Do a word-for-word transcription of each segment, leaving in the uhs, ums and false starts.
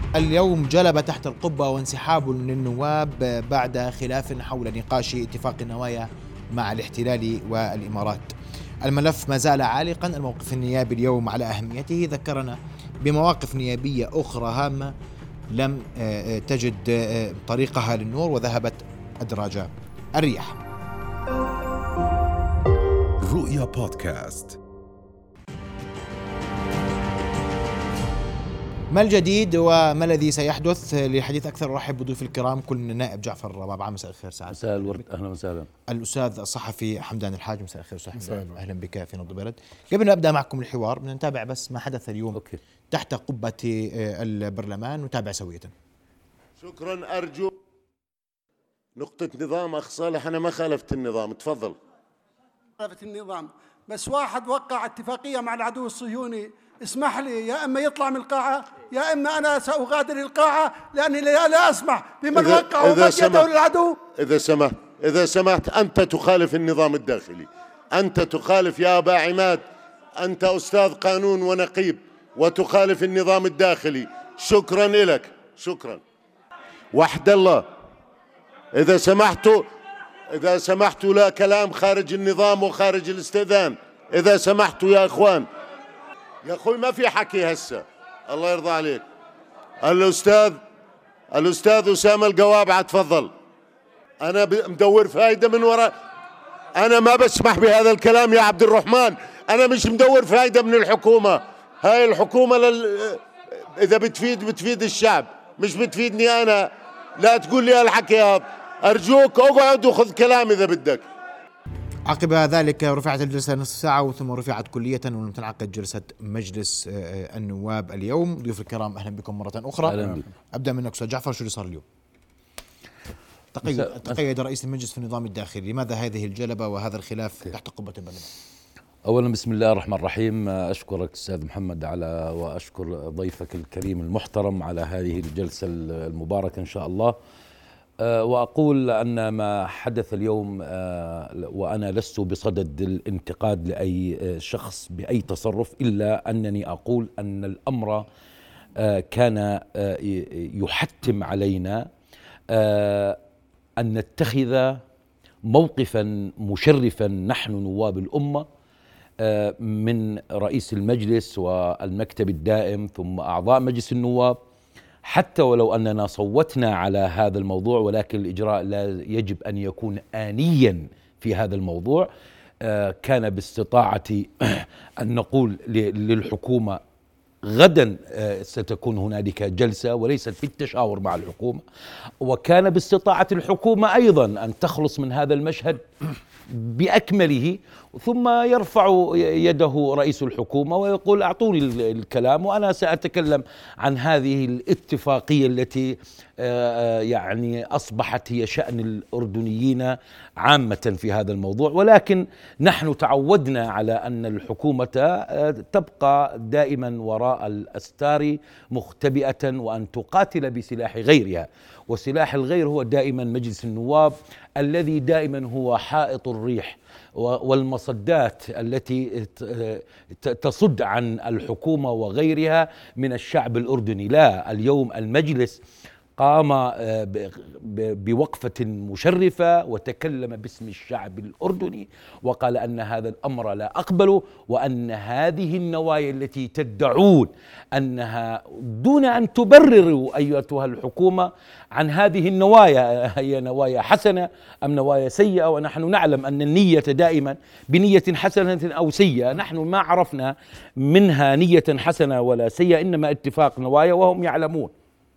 اليوم جلب تحت القبة وانسحاب للنواب بعد خلاف حول نقاش اتفاق النوايا مع الاحتلال والإمارات. الملف ما زال عالقا. الموقف النيابي اليوم على أهميته ذكرنا بمواقف نيابية أخرى هامة لم تجد طريقها للنور وذهبت أدراج الرياح. رؤيا بودكاست. ما الجديد وما الذي سيحدث؟ للحديث أكثر أرحب بضيوف الكرام، كل النائب جعفر ربابعة، مساء الخير سعد. مساء الورد، أهلا وسهلا. الأستاذ الصحفي حمدان الحاج، مساء الخير أستاذ حمدان، أهلا بك في نبض بلد. قبل أن أبدأ معكم الحوار بدنا نتابع بس ما حدث اليوم أوكي. تحت قبة البرلمان، نتابع سوية. شكرا. أرجو نقطة نظام أخ صالح، أنا ما خالفت النظام، تفضل. خالفت النظام، بس واحد وقع اتفاقية مع العدو الصهيوني، اسمح لي يا إما يطلع من القاعة يا إما أنا سأغادر القاعة، لأني لا أسمح بمن وقع ومجده للعدو. إذا سمحت إذا سمحت أنت تخالف النظام الداخلي، أنت تخالف يا أبا عماد، أنت أستاذ قانون ونقيب وتخالف النظام الداخلي. شكرا لك، شكرا. وحد الله، إذا سمحتوا إذا سمحتوا لا كلام خارج النظام وخارج الاستئذان، إذا سمحتوا يا إخوان. يا أخوي ما في حكي هسه، الله يرضى عليك. الأستاذ الأستاذ أسامة القوابعة تفضل. أنا مدور فايدة من وراء، أنا ما بسمح بهذا الكلام يا عبد الرحمن، أنا مش مدور فايدة من الحكومة. هاي الحكومة لل... إذا بتفيد بتفيد الشعب، مش بتفيدني أنا. لا تقول لي هالحكي هذا، أرجوك اقعد وخذ كلام إذا بدك. عقب ذلك رفعت الجلسة نصف ساعة ثم رفعت كلية ولم تنعقد جلسة مجلس النواب اليوم. ضيوف الكرام أهلا بكم مرة أخرى. أهلا. أبدأ منك أستاذ جعفر، شو اللي صار اليوم؟ تقيد, تقيد رئيس المجلس في النظام الداخلي، لماذا هذه الجلبة وهذا الخلاف تحت قبة البرلمان؟ أولا بسم الله الرحمن الرحيم، أشكرك أستاذ محمد على وأشكر ضيفك الكريم المحترم على هذه الجلسة المباركة إن شاء الله. وأقول أن ما حدث اليوم، وأنا لست بصدد الانتقاد لأي شخص بأي تصرف، إلا أنني أقول أن الأمر كان يحتم علينا أن نتخذ موقفا مشرفا نحن نواب الأمة من رئيس المجلس والمكتب الدائم ثم أعضاء مجلس النواب، حتى ولو أننا صوتنا على هذا الموضوع، ولكن الإجراء لا يجب أن يكون آنيا في هذا الموضوع. كان باستطاعتي أن نقول للحكومة غدا ستكون هنالك جلسة وليست في التشاور مع الحكومة، وكان باستطاعة الحكومة أيضا أن تخلص من هذا المشهد بأكمله، ثم يرفع يده رئيس الحكومة ويقول أعطوني الكلام وأنا سأتكلم عن هذه الاتفاقية التي يعني أصبحت هي شأن الأردنيين عامة في هذا الموضوع. ولكن نحن تعودنا على أن الحكومة تبقى دائما وراء الأستار مختبئة وأن تقاتل بسلاح غيرها، وسلاح الغير هو دائما مجلس النواب الذي دائما هو حائط الريح والمصدات التي تصد عن الحكومة وغيرها من الشعب الأردني. لا، اليوم المجلس قام بوقفة مشرفة وتكلم باسم الشعب الأردني وقال أن هذا الأمر لا أقبله، وأن هذه النوايا التي تدعون أنها دون أن تبرروا أيتها الحكومة عن هذه النوايا هي نوايا حسنة أم نوايا سيئة، ونحن نعلم أن النية دائما بنية حسنة أو سيئة، نحن ما عرفنا منها نية حسنة ولا سيئة، إنما اتفاق نوايا. وهم يعلمون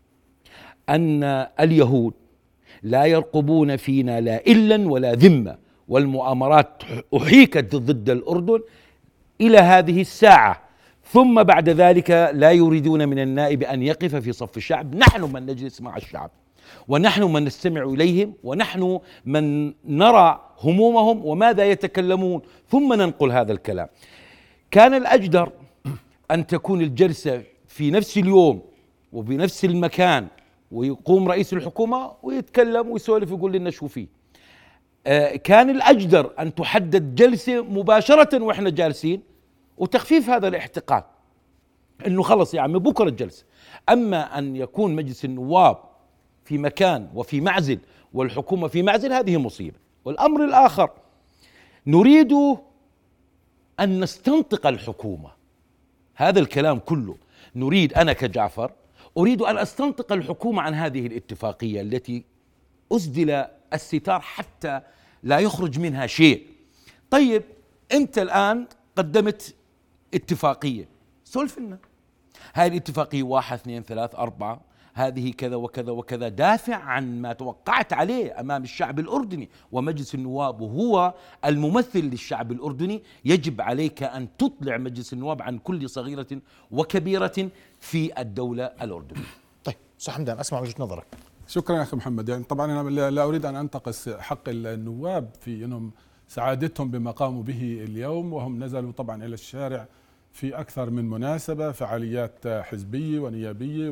أن اليهود لا يرقبون فينا لا إلا ولا ذمة، والمؤامرات أحيكت ضد الأردن إلى هذه الساعة، ثم بعد ذلك لا يريدون من النائب أن يقف في صف الشعب. نحن من نجلس مع الشعب، ونحن من نستمع إليهم، ونحن من نرى همومهم وماذا يتكلمون ثم ننقل هذا الكلام. كان الأجدر أن تكون الجلسة في نفس اليوم وبنفس المكان، ويقوم رئيس الحكومة ويتكلم ويسولف ويقول لنا شو فيه. آه كان الأجدر أن تحدد جلسة مباشرة وإحنا جالسين وتخفيف هذا الاحتقان، انه خلص يا عمي بكره الجلسه. اما ان يكون مجلس النواب في مكان وفي معزل والحكومه في معزل، هذه مصيبه. والامر الاخر، نريد ان نستنطق الحكومه، هذا الكلام كله نريد، انا كجعفر اريد ان استنطق الحكومه عن هذه الاتفاقيه التي اسدل الستار حتى لا يخرج منها شيء. طيب انت الان قدمت اتفاقيه، سولف لنا هذه الاتفاقيه واحد اثنين ثلاث اربعه، هذه كذا وكذا وكذا، دافع عن ما توقعت عليه امام الشعب الاردني، ومجلس النواب وهو الممثل للشعب الاردني، يجب عليك ان تطلع مجلس النواب عن كل صغيره وكبيره في الدوله الاردنية. طيب استاذ حمدان، اسمع وجهه نظرك. شكرا يا اخي محمد. يعني طبعا انا لا اريد ان انتقص حق النواب في انهم سعادتهم بما قاموا به اليوم، وهم نزلوا طبعا الى الشارع في اكثر من مناسبه، فعاليات حزبيه ونيابيه،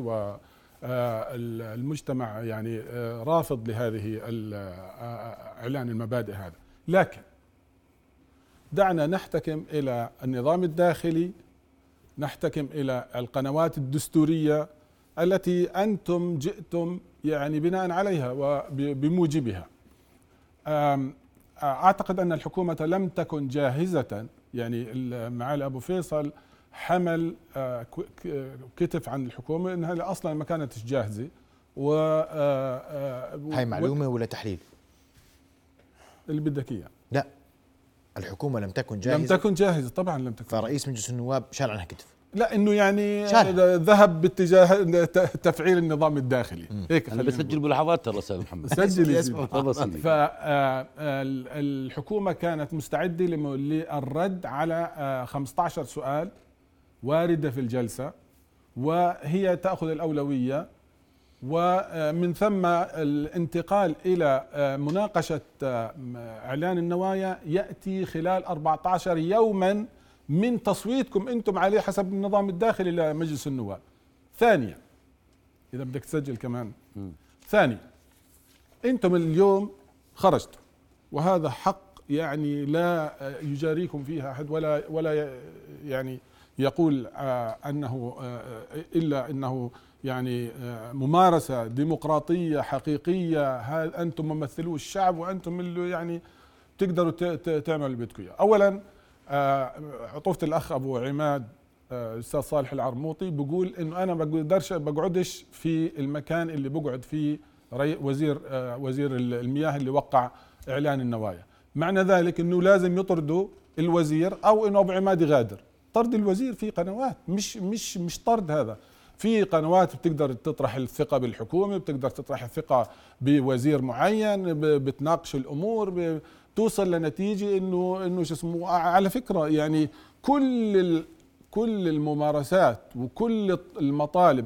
والمجتمع يعني رافض لهذه اعلان المبادئ هذا. لكن دعنا نحتكم الى النظام الداخلي، نحتكم الى القنوات الدستوريه التي انتم جئتم يعني بناء عليها وبموجبها. اعتقد ان الحكومه لم تكن جاهزه، يعني معالي ابو فيصل حمل كتف عن الحكومه انها اصلا ما كانتش جاهزه. و هاي معلومه ولا تحليل؟ اللي بدك اياه. لا، الحكومه لم تكن جاهزه. لم تكن جاهزه طبعا، لم تكن. فرئيس مجلس النواب شال عنها كتف. لا، انه يعني شال. ذهب باتجاه تفعيل النظام الداخلي. م. هيك انا بسجل ملاحظات ترى استاذ محمد. سجل. فالحكومه الحكومه كانت مستعده للرد على خمسة عشر سؤال وارده في الجلسه، وهي تاخذ الاولويه، ومن ثم الانتقال الى مناقشه اعلان النوايا ياتي خلال أربعة عشر يوما من تصويتكم انتم عليه حسب النظام الداخلي لمجلس النواب. ثانيا، اذا بدك تسجل كمان، م. ثانيا انتم اليوم خرجتوا، وهذا حق يعني لا يجاريكم فيها احد، ولا ولا يعني يقول انه الا انه يعني ممارسه ديمقراطيه حقيقيه. انتم ممثلو الشعب، وانتم اللي يعني تقدروا تعملوا اللي بدكم اياه. اولا عطوفة الأخ أبو عماد الأستاذ صالح العرموطي بيقول إنه أنا ما بقدرش بقعدش في المكان اللي بقعد فيه وزير وزير المياه اللي وقع إعلان النوايا. معنى ذلك إنه لازم يطردوا الوزير أو إنه أبو عماد يغادر. طرد الوزير في قنوات، مش مش مش طرد، هذا في قنوات بتقدر تطرح الثقة بالحكومة، بتقدر تطرح الثقة بوزير معين، بتناقش الأمور، توصل لنتيجة انه انه شو اسمه. على فكرة يعني كل كل الممارسات وكل المطالب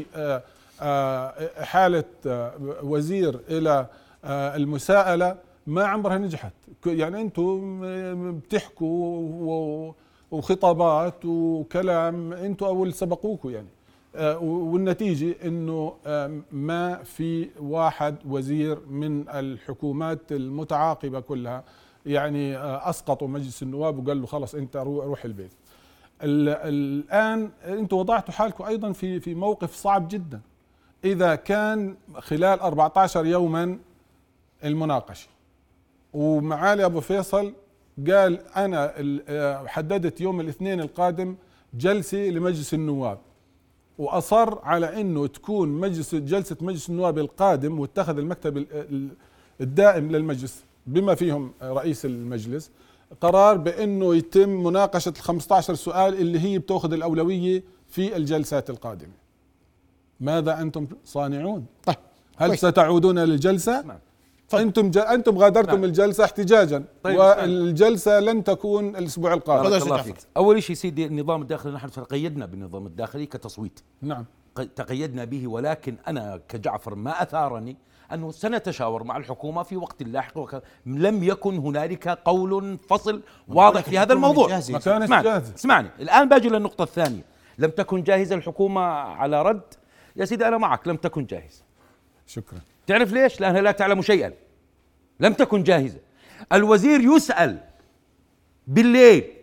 بإحالة وزير إلى المساءلة ما عمرها نجحت. يعني انتم بتحكوا وخطابات وكلام، انتم اول سبقوكوا يعني، والنتيجة انه ما في واحد وزير من الحكومات المتعاقبة كلها يعني اسقطوا مجلس النواب وقال له خلص انت روح البيت. الان انتم وضعتوا حالكم ايضا في في موقف صعب جدا. اذا كان خلال أربعة عشر يوما المناقشة، ومعالي ابو فيصل قال انا حددت يوم الاثنين القادم جلسة لمجلس النواب، وأصر على أنه تكون مجلس جلسة مجلس النواب القادم، واتخذ المكتب الدائم للمجلس بما فيهم رئيس المجلس قرار بأنه يتم مناقشة ال خمسة عشر سؤال اللي هي بتأخذ الأولوية في الجلسات القادمة. ماذا أنتم صانعون؟ طيب. هل طيب. ستعودون للجلسة؟ نعم. فأنتم جا أنتم غادرتم نعم. الجلسة احتجاجا. طيب. والجلسة لن تكون الأسبوع القادم. أول شيء سيدي، النظام الداخلي نحن تقيدنا بالنظام الداخلي كتصويت. نعم. تقيدنا به، ولكن أنا كجعفر ما أثارني أنه سنتشاور مع الحكومة في وقت لاحق. لم يكن هنالك قول فصل واضح في هذا الموضوع. ما كانت جاهزة. اسمعني الآن باجي للنقطة الثانية. لم تكن جاهزة الحكومة على رد. يا سيدي أنا معك، لم تكن جاهزة. شكرا. تعرف ليش؟ لأنها لا تعلم شيئا. لم تكن جاهزة. الوزير يسأل بالليل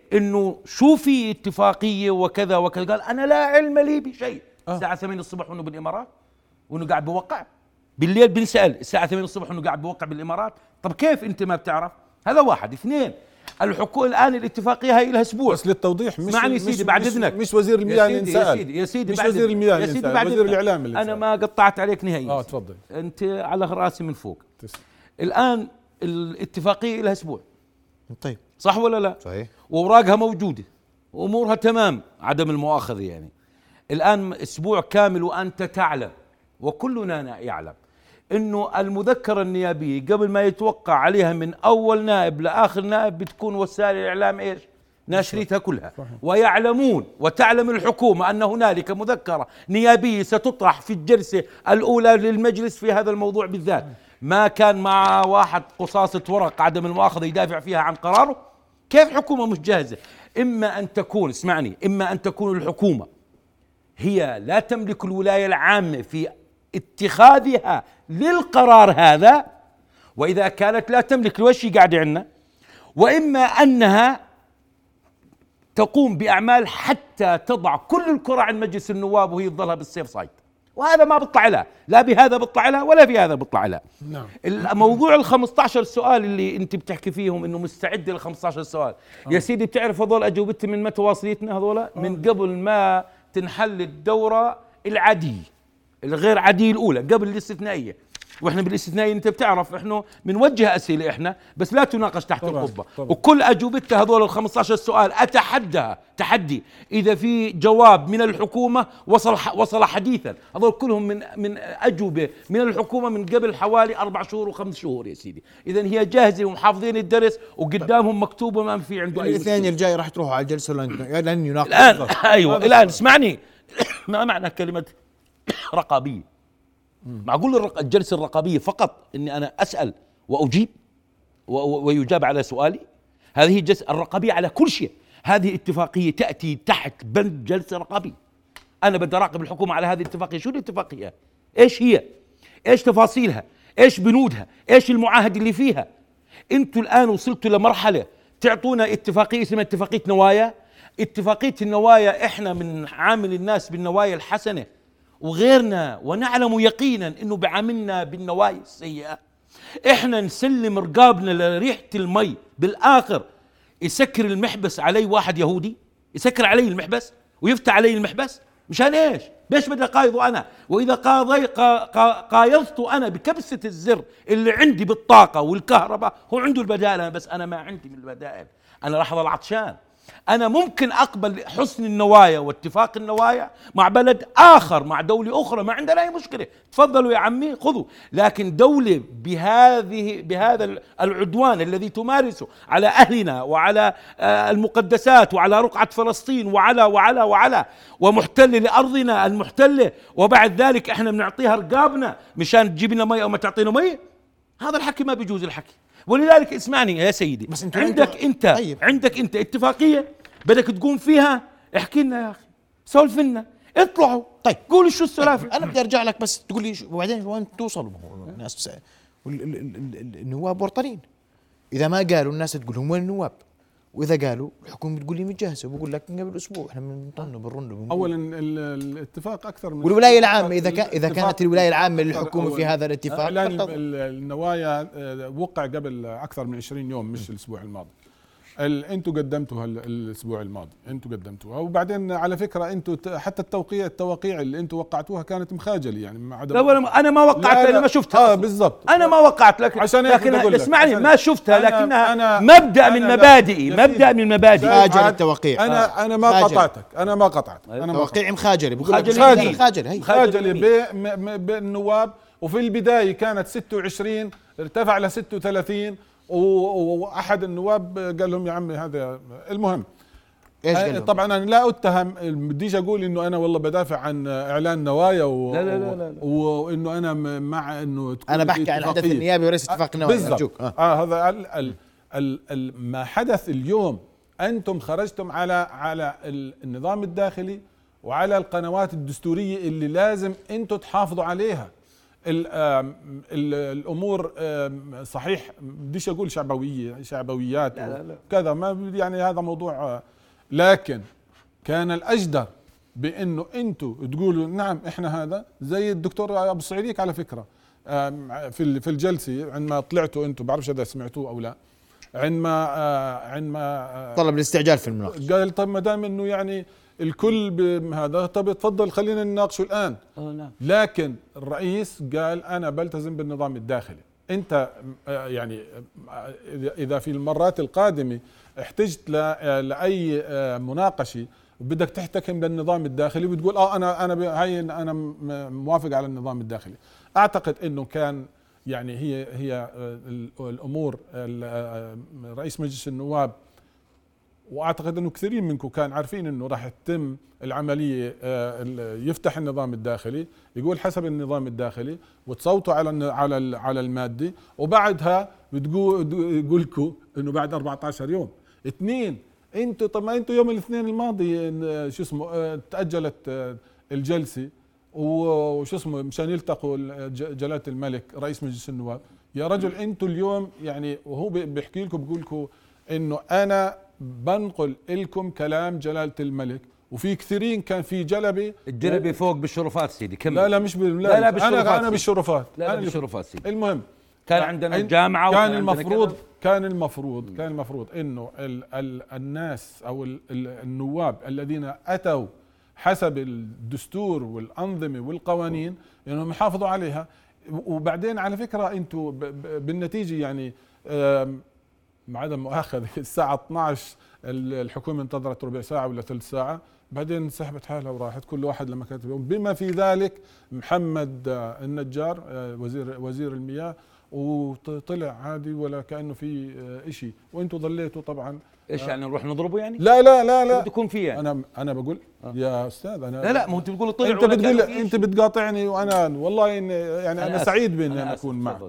انه شو في اتفاقيه وكذا وكذا، قال انا لا علم لي بشيء. آه. الساعه ثمانية الصبح وانه بالامارات، وانه قاعد بوقع بالليل، بنسال الساعه ثمانية الصبح وانه قاعد بوقع بالامارات. طب كيف انت ما بتعرف؟ هذا واحد. اثنين، الحكومه الان الاتفاقيه هاي لها اسبوع. بس للتوضيح، مش اسمعني سيدي بعد اذنك، مش وزير المياه اللي يا انسال، سيدي يا سيدي مش بعد وزير المياه يا اللي سيدي انسال، بعد وزير إذنك. الاعلام اللي انا انسال. ما قطعت عليك نهائيا. اه تفضل. انت على راسي من فوق. تسلم. الان الاتفاقيه لها اسبوع، طيب صح ولا لا؟ صحيح. واوراقها موجوده وامورها تمام، عدم المؤاخذه يعني. الان اسبوع كامل وانت تعلم وكلنا يعلم انه المذكره النيابيه قبل ما يتوقع عليها من اول نائب لاخر نائب بتكون وسائل الاعلام ايش؟ ناشريتها كلها. صحيح. ويعلمون وتعلم الحكومه ان هنالك مذكره نيابيه ستطرح في الجلسه الاولى للمجلس في هذا الموضوع بالذات. ما كان مع واحد قصاصه ورق عدم المؤاخذه يدافع فيها عن قراره. كيف حكومه مش جاهزه؟ اما ان تكون، اسمعني، اما ان تكون الحكومه هي لا تملك الولايه العامه في اتخاذها للقرار هذا، واذا كانت لا تملك الوشي قاعده عندنا، واما انها تقوم باعمال حتى تضع كل الكره عند مجلس النواب وهي تظلها بالسيف سايد، وهذا ما بيطلع لها، لا بهذا بيطلع لها ولا في هذا بيطلع لها. نعم. الموضوع ال خمسة عشر سؤال اللي انت بتحكي فيهم انه مستعد لل خمسة عشر سؤال، آه. يا سيدي بتعرف هذول اجوبتي من متى واصلتنا هذول؟ آه. من قبل ما تنحل الدوره العاديه الغير عاديه الاولى، قبل الاستثنائيه. واحنا بالاستثنائيه انت بتعرف احنا بنوجه اسئله احنا بس لا تناقش تحت طبعًا القبه. طبعًا. وكل اجوبتها هذول ال خمسة عشر سؤال اتحدها تحدي اذا في جواب من الحكومه وصل وصل حديثا، هذول كلهم من من اجوبه من الحكومه من قبل حوالي اربع شهور وخمس شهور يا سيدي. اذا هي جاهزه ومحافظين الدرس وقدامهم مكتوب وما في عنده اي الاثنين الجاي راح تروحوا على الجلسه لن يناقش الان. ايوه الان اسمعني، ما معنى كلمه رقابيه؟ معقول الجلسة الرقابية فقط اني انا اسأل واجيب ويجاب على سؤالي؟ هذه الجلسة الرقابية على كل شيء. هذه اتفاقية تأتي تحت بند جلسة رقابية. انا بدي اراقب الحكومة على هذه الاتفاقية. شو الاتفاقية؟ ايش هي؟ ايش تفاصيلها؟ ايش بنودها؟ ايش المعاهد اللي فيها؟ انتوا الان وصلتوا لمرحلة تعطونا اتفاقية اسمها اتفاقية نوايا. اتفاقية النوايا احنا من عامل الناس بالنوايا الحسنة وغيرنا، ونعلم يقينا انه بعاملنا بالنوايا السيئة. احنا نسلم رقابنا لريحة المي، بالاخر يسكر المحبس علي واحد يهودي، يسكر علي المحبس ويفتح علي المحبس. مشان ايش؟ ليش بدي اقايضه انا؟ واذا قاضي قا قا قايضته انا بكبسة الزر اللي عندي بالطاقة والكهرباء، هو عنده البدائل، انا بس انا ما عندي من البدائل، انا راح اضل عطشان. أنا ممكن أقبل حسن النوايا واتفاق النوايا مع بلد آخر، مع دولة أخرى، ما عندنا أي مشكلة، تفضلوا يا عمي خذوا. لكن دولة بهذه بهذا العدوان الذي تمارسه على أهلنا وعلى المقدسات وعلى رقعة فلسطين وعلى وعلى وعلى ومحتلة لأرضنا المحتلة، وبعد ذلك إحنا بنعطيها رقابنا مشان تجيب لنا مي أو ما تعطينا مي، هذا الحكي ما بيجوز الحكي. ولذلك اسمعني يا سيدي، بس انت عندك انت طيب. عندك انت اتفاقيه بدك تقوم فيها، احكي لنا يا اخي، سولف لنا، اطلعوا طيب قولوا شو السلافه. انا بدي ارجع لك بس تقول لي وبعدين وين توصلوا الناس؟ النواب ورطانين، اذا ما قالوا الناس تقول لهم وين النواب، واذا قالوا الحكومه بتقول لي متجهزه، وبقول لك من قبل اسبوع احنا بنطن بالرن. اولا الاتفاق اكثر من والولايه العامه، اذا كان اذا كانت الولايه العامه للحكومه في هذا الاتفاق، اعلان النوايا وقع قبل اكثر من عشرين يوم مش الاسبوع الماضي. انتم قدمتوها الاسبوع الماضي، انتم قدمتوها، وبعدين على فكره انتم حتى التوقيع التوقيع اللي انتم وقعتوها كانت مخاجله يعني مع عدم. لا انا ما وقعت لاني ما شفتها. اه بالضبط، انا ما وقعت لكن عشان لكن اسمعني ما شفتها، لكنها أنا مبدا أنا من مبادئي مبدا من مبادئي خاجل التوقيع. انا انا ما قطعتك انا ما قطعت انا توقيع مخاجله، بقول خاجله خاجله هي خاجله بالنواب. وفي البدايه كانت ستة وعشرين ارتفع ل ستة وثلاثين، واحد النواب قال لهم يا عمي هذا المهم. ايش قال لهم؟ طبعا انا لا اتهم، بديش اقول انه انا والله بدافع عن اعلان نوايا و... لا لا لا لا. وانه انا مع انه تكون انا بحكي عن الحدث النيابي وليس اتفاق نوايا. بالضبط. آه. اه هذا ال ال ال ال ما حدث اليوم، انتم خرجتم على على النظام الداخلي وعلى القنوات الدستوريه اللي لازم انتم تحافظوا عليها. الامور صحيح بديش اقول شعبويه شعبويات لا لا لا. كذا ما يعني هذا موضوع، لكن كان الاجدر بانه انتم تقولوا نعم احنا هذا، زي الدكتور ابو صعيديك على فكره في في الجلسه عندما طلعتوا انتم، بعرفش اذا سمعتوه او لا، عندما عندما طلب الاستعجال في المناقشه، قال طيب ما دام انه يعني الكل بهذا طب تفضل خلينا نناقشه الان. نعم. لكن الرئيس قال انا بلتزم بالنظام الداخلي. انت يعني اذا في المرات القادمه احتجت لاي مناقشه وبدك تحتكم للنظام الداخلي وبتقول اه انا انا هي انا موافق على النظام الداخلي، اعتقد انه كان يعني هي هي الامور رئيس مجلس النواب، واعتقد انه كثيرين منكم كان عارفين انه راح تتم العمليه، يفتح النظام الداخلي يقول حسب النظام الداخلي وتصوتوا على على على الماده، وبعدها بتقول يقول لكم انه بعد أربعة عشر يوم. اثنين، انتم طب ما انتم يوم الاثنين الماضي شو اسمه تاجلت الجلسه وشو اسمه مشان يلتقوا جلاله الملك رئيس مجلس النواب. يا رجل انتم اليوم يعني، وهو بيحكي لكم بيقول لكم انه انا بنقل لكم كلام جلالة الملك، وفي كثيرين كان في جلبة الجلبة فوق بالشرفات سيدي كمل. لا لا مش بال... لا, لا, لا بالشرفات انا انا بالشرفات لا, لا أنا بالشرفات سيدي. المهم كان عندنا الجامعة كان المفروض كان المفروض كان المفروض انه ال ال الناس او ال ال النواب الذين اتوا حسب الدستور والانظمة والقوانين انهم يعني يحافظوا عليها. وبعدين على فكرة انتم بالنتيجة يعني مع عدم مؤاخذة الساعة اثنعش الحكومة انتظرت ربع ساعة ولا ثلث ساعة، بعدين سحبت حالها وراحت كل واحد لما كاتب، بما في ذلك محمد النجار وزير وزير المياه وطلع عادي ولا كأنه في إشي، وانتم ظليتوا طبعا. ايش يعني نروح نضربه يعني؟ لا لا لا لا بده يكون في يعني. انا انا بقول آه. يا استاذ انا لا لا، ما انت بتقول طلع انت بتقول انت بتقاطعني، وانا والله إن يعني انا, أنا سعيد بان انا اكون معك.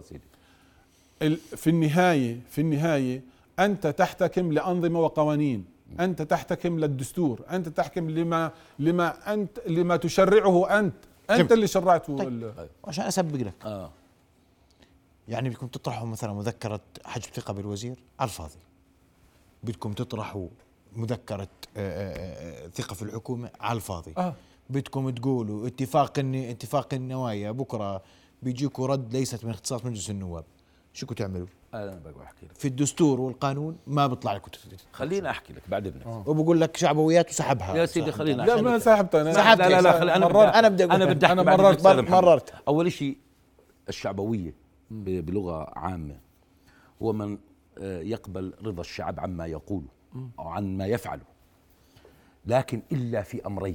في النهاية في النهاية أنت تحتكم لأنظمة وقوانين، أنت تحتكم للدستور، أنت تحكم لما لما أنت لما تشرعه أنت، أنت جميل. اللي شرعته. طيب. عشان أسبق لك آه. يعني بدكم تطرحوا مثلا مذكرة حجب ثقة بالوزير على الفاضي، بدكم تطرحوا مذكرة ثقة في الحكومة على الفاضي، آه. بدكم تقولوا اتفاق اتفاق النوايا بكرة بيجيكوا رد ليست من اختصاص مجلس النواب، شو كنتوا تعملوا؟ انا بقول احكي لك في الدستور والقانون ما بيطلع لك. خليني احكي لك بعد اذنك. وبقول لك شعبويات وسحبها يا سيدي. خليني لا ما سحبت انا سحبت. لا لا لا خلي انا مررت. انا بدي انا بدي انا مررت مررت اول شيء الشعبويه بلغه عامه هو من يقبل رضا الشعب عما يقوله او عن ما يفعله، لكن الا في امرين: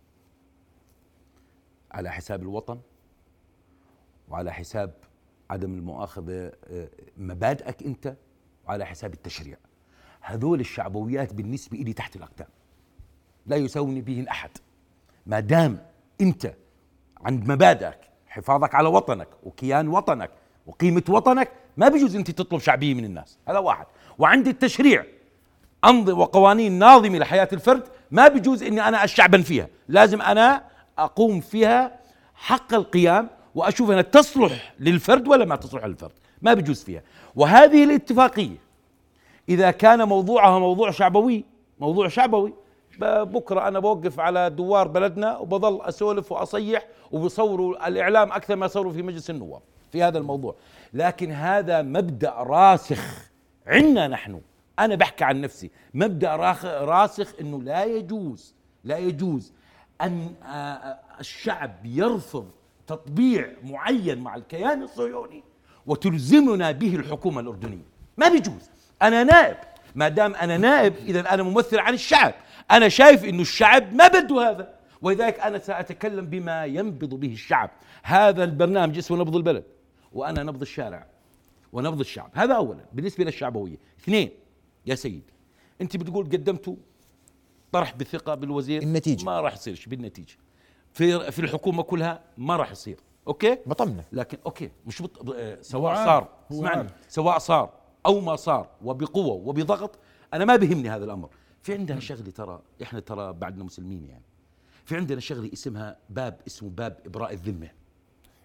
على حساب الوطن وعلى حساب عدم المؤاخذة مبادئك أنت، وعلى حساب التشريع. هذول الشعبويات بالنسبة إلي تحت الأقدام، لا يساويني بهن أحد. ما دام أنت عند مبادئك، حفاظك على وطنك وكيان وطنك وقيمة وطنك، ما بيجوز أنت تطلب شعبية من الناس. هذا واحد. وعند التشريع أنظمة وقوانين ناظمة لحياة الفرد، ما بيجوز أني أنا الشعبا فيها، لازم أنا أقوم فيها حق القيام وأشوف أنها تصلح للفرد ولا ما تصلح للفرد، ما بيجوز فيها. وهذه الاتفاقية إذا كان موضوعها موضوع شعبوي موضوع شعبوي بكرة أنا بوقف على دوار بلدنا وبظل أسولف وأصيح وبصوروا الإعلام أكثر ما صوروا في مجلس النواب في هذا الموضوع. لكن هذا مبدأ راسخ عندنا نحن، أنا بحكي عن نفسي، مبدأ راسخ إنه لا يجوز لا يجوز أن الشعب يرفض تطبيع معين مع الكيان الصهيوني وتلزمنا به الحكومة الأردنية. ما بيجوز. أنا نائب، ما دام أنا نائب إذا أنا ممثل عن الشعب، أنا شايف إنه الشعب ما بده هذا، ولذلك أنا سأتكلم بما ينبض به الشعب. هذا البرنامج اسمه نبض البلد، وأنا نبض الشارع ونبض الشعب. هذا أولا بالنسبة للشعبوية. اثنين يا سيدي، أنت بتقول قدمتوا طرح بثقة بالوزير، النتيجة ما راح يصير بالنتيجة في في الحكومة كلها، ما راح يصير. اوكي بطمنك. لكن اوكي مش بط... سواء صار اسمعني سواء صار او ما صار وبقوة وبضغط، انا ما بهمني هذا الامر. في عندنا شغله، ترى احنا ترى بعدنا مسلمين، يعني في عندنا شغله اسمها باب اسمه باب ابراء الذمة.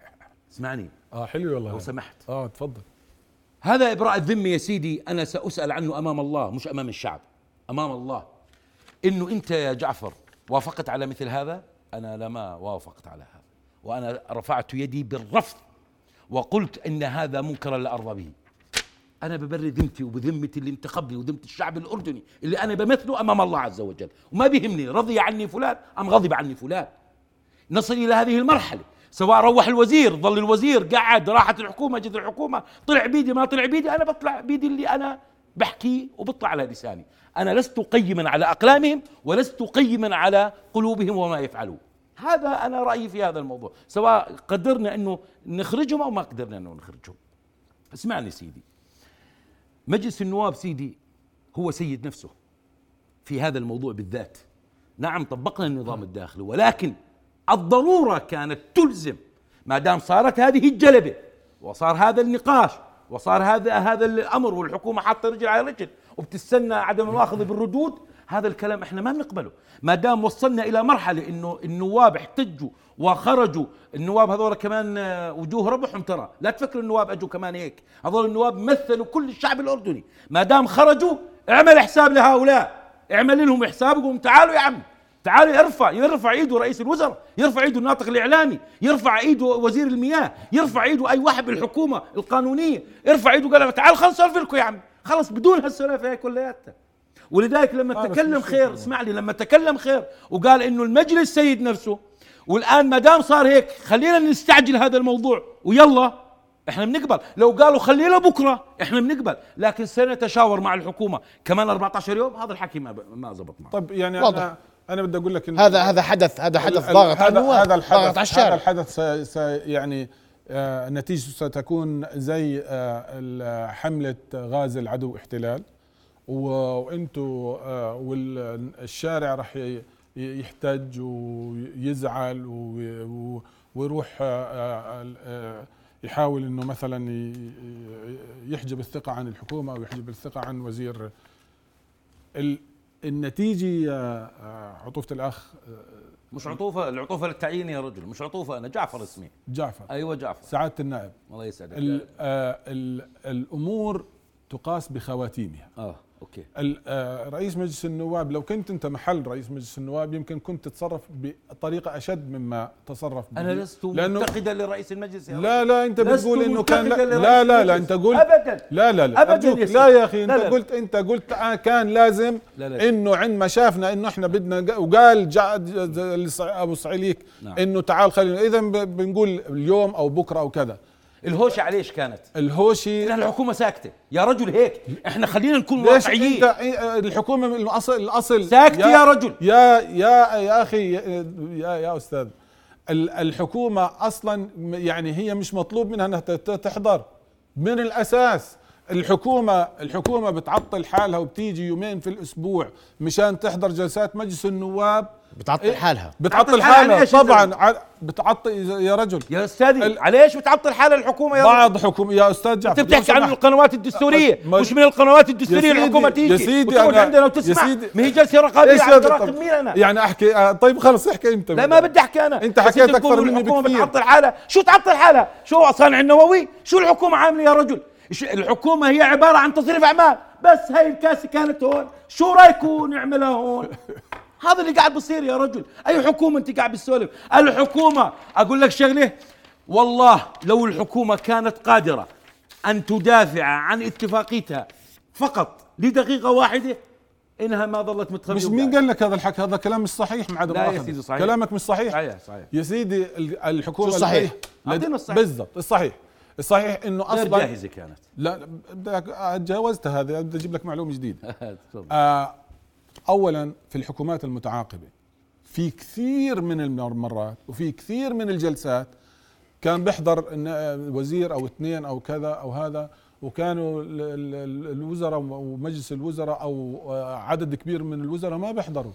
اسمعني اه حلو والله لو سمحت. اه تفضل. هذا إبراء الذمة يا سيدي، أنا سأسأل عنه أمام الله مش أمام الشعب، أمام الله. إنه أنت يا جعفر وافقت على مثل هذا؟ أنا لما وافقت على هذا، وأنا رفعت يدي بالرفض وقلت إن هذا منكرا لا أرضى به. أنا ببرر ذمتي وبذمة اللي انتخبني وذمة الشعب الأردني اللي أنا بمثله أمام الله عز وجل، وما بيهمني رضي عني فلان أم غضب عني فلان. نصل إلى هذه المرحلة، سواء روح الوزير ظل الوزير قعد، راحت الحكومة جت الحكومة، طلع بيدي ما طلع بيدي، أنا بطلع بيدي اللي أنا بحكي وبطلع على لساني. أنا لست قيما على أقلامهم ولست قيما على قلوبهم وما يفعلون. هذا أنا رأيي في هذا الموضوع، سواء قدرنا أنه نخرجهم أو ما قدرنا أنه نخرجهم. اسمعني سيدي، مجلس النواب سيدي هو سيد نفسه في هذا الموضوع بالذات. نعم طبقنا النظام الداخلي، ولكن الضرورة كانت تلزم، ما دام صارت هذه الجلبة وصار هذا النقاش وصار هذا هذا الأمر والحكومة حاطة رجل على رجل وبتستنى عدم المؤاخذة بالردود، هذا الكلام احنا ما بنقبله. ما دام وصلنا إلى مرحلة إنه النواب احتجوا وخرجوا، النواب هذول كمان وجوه ربحهم، ترى لا تفكروا النواب اجوا كمان هيك، هذول النواب مثلوا كل الشعب الأردني. ما دام خرجوا اعمل حساب لهؤلاء، اعمل لهم حساب وقوم تعالوا يا عم، تعالوا يرفع يرفع ايده رئيس الوزراء، يرفع ايده الناطق الاعلامي، يرفع ايده وزير المياه، يرفع ايده اي واحد بالحكومه القانونيه، يرفع ايده قال تعال خلص اسولف لكم يا عم، خلص بدون هالسوالف هاي كلياتها. ولذلك لما تكلم خير، اسمع لي، لما تكلم خير وقال انه المجلس سيد نفسه، والان ما دام صار هيك خلينا نستعجل هذا الموضوع ويلا احنا بنقبل. لو قالوا خلينا بكره احنا بنقبل، لكن سنتشاور مع الحكومه كمان أربعة عشر يوم، هذا الحكي ما ما زبط معه. طب يعني واضح. انا انا بدي اقول لك هذا هذا حدث هذا حدث ال- ضاغط هذا عنه، هذا ضاغط على الحدث الشارع. هذا الحدث سي سي يعني آه نتيجته ستكون زي آه حملة غاز العدو احتلال، وانتم آه والشارع راح يحتج ويزعل ويروح آه آه يحاول انه مثلا يحجب الثقة عن الحكومة او يحجب الثقة عن وزير. النتيجة عطوفة الأخ مش عطوفة، العطوفة للتعيين يا رجل، مش عطوفة، أنا جعفر اسمي. جعفر. أيوة جعفر. سعادة النائب، الله يسعدك. ال ال الأمور تقاس بخواتيمها. آه أوكي. رئيس مجلس النواب، لو كنت أنت محل رئيس مجلس النواب يمكن كنت تتصرف بطريقة أشد مما تصرف به. أنا لست منتقدا لرئيس المجلس يا لا لا أنت بتقول إنه كان لا لا لا, لا, لا أنت قلت أبدا لا لا لا أبدا أرجوك لا يا أخي، أنت لا لا قلت أنت قلت كان لازم لا لا إنه عندما شافنا إنه إحنا بدنا، وقال أبو صعيليك نعم. إنه تعال خلينا، إذا بنقول اليوم أو بكرة أو كذا. الهوشة عليش كانت؟ الهوشي إن الحكومة ساكتة يا رجل، هيك احنا خلينا نكون ليش واقعيين. انت الحكومة الاصل الاصل ساكتة يا, يا رجل. يا يا يا اخي يا يا استاذ، الحكومة اصلا يعني هي مش مطلوب منها انها تحضر من الاساس. الحكومة الحكومة بتعطل حالها وبتيجي يومين في الاسبوع مشان تحضر جلسات مجلس النواب، بتعطل حالها بتعطل حالها طبعا، بتعطل يا رجل يا استاذي ال... عليش بتعطل حالها الحكومه يا بعض حكومه يا استاذ جعفر. انت بتحكي عن القنوات الدستوريه، مش من القنوات الدستوريه الحكومه تيجي يا سيدي وتقعد عندنا وتسمع، ما هي جلسه رقابيه عم تراقب مين انا يعني احكي. طيب خلص احكي انت. لا ما بدي احكي انا، انت حكيت اكثر مني الحكومه بكثير. بتعطل حالها، شو تعطل حالها؟ شو صانع النووي؟ شو الحكومه عامله يا رجل؟ الحكومه هي عباره عن تصريف اعمال بس. هاي الكاسه كانت هون، شو رايكم نعملها هون؟ هذا اللي قاعد بصير يا رجل. اي حكومه انت قاعد بتسولف؟ الحكومه اقول لك شغله، والله لو الحكومه كانت قادره ان تدافع عن اتفاقيتها فقط لدقيقه واحده انها ما ظلت متخبيه. مش مين قال لك هذا الحكي؟ هذا كلام مش صحيح. مع لا يا سيدي صحيح، كلامك مش صحيح. صحيح صحيح يا سيدي. الحكومه صحيح بالضبط الصحيح الصحيح انه اصلا جاهزه كانت. لا بدك تجاوزت هذا، بدي اجيب لك معلومه جديده. آه اولا في الحكومات المتعاقبه في كثير من المرات وفي كثير من الجلسات كان بيحضر وزير او اثنين او كذا او هذا، وكانوا الوزراء ومجلس الوزراء او عدد كبير من الوزراء ما بيحضروا.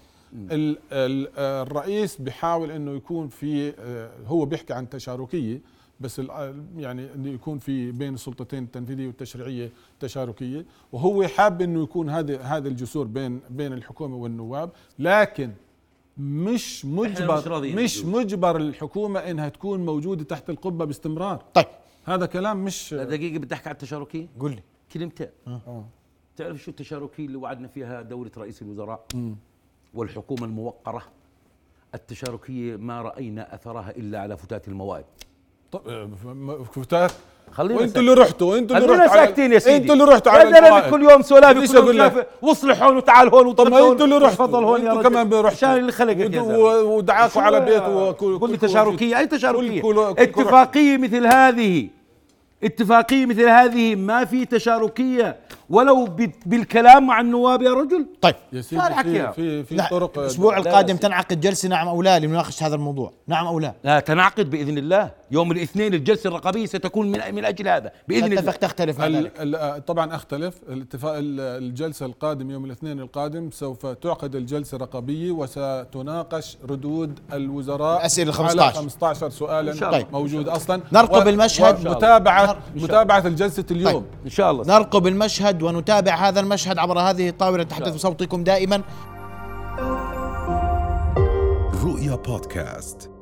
الرئيس بيحاول انه يكون في، هو بيحكي عن تشاركيه، بس يعني انه يكون في بين السلطتين التنفيذيه والتشريعيه تشاركيه، وهو حاب انه يكون هذا هذا الجسور بين بين الحكومه والنواب. لكن مش مجبر مش, مش مجبر الحكومة انها تكون موجودة تحت القبة باستمرار. طيب هذا كلام مش دقيقة بدي احكي على التشاركية. قل لي كلمتين. أه. تعرف شو التشاركية اللي وعدنا فيها دورة رئيس الوزراء م. والحكومة الموقرة؟ التشاركية ما رأينا أثرها إلا على فتات المواد. طب فتات وانتوا اللي رحتوا انتوا اللي رحتوا ساكتين يا سيدي. انتوا اللي رحتوا على الموائد كل يوم سولافي كل وصلح هون وتعال هون. طب ما انتوا اللي رحتوا تفضل هون انتوا كمان بيروحوا عشان اللي خلقك ودعاكوا على بيته. قول لي تشاركية. أي تشاركية؟ اتفاقية مثل هذه اتفاقية مثل هذه ما في تشاركية ولو بالكلام مع النواب يا رجل. طيب يا سيدي في في, في طرق. الأسبوع القادم تنعقد جلسة نعم أو لا لمناقشة هذا الموضوع؟ نعم أو لا؟ لا تنعقد بإذن الله يوم الاثنين. الجلسة الرقابية ستكون من من أجل هذا بإذن الله. تتفق تختلف مع ذلك؟ طبعا أختلف. الاتفاق الجلسة القادم يوم الاثنين القادم سوف تعقد الجلسة الرقابية وستناقش ردود الوزراء الأسئلة على خمسة عشر سؤالا طيب. موجود أصلا. نرقب المشهد متابعة متابعة الجلسة اليوم. طيب. إن شاء الله نرقب المشهد ونتابع هذا المشهد عبر هذه الطاولة. تحدث بصوتكم دائما. رؤيا بودكاست.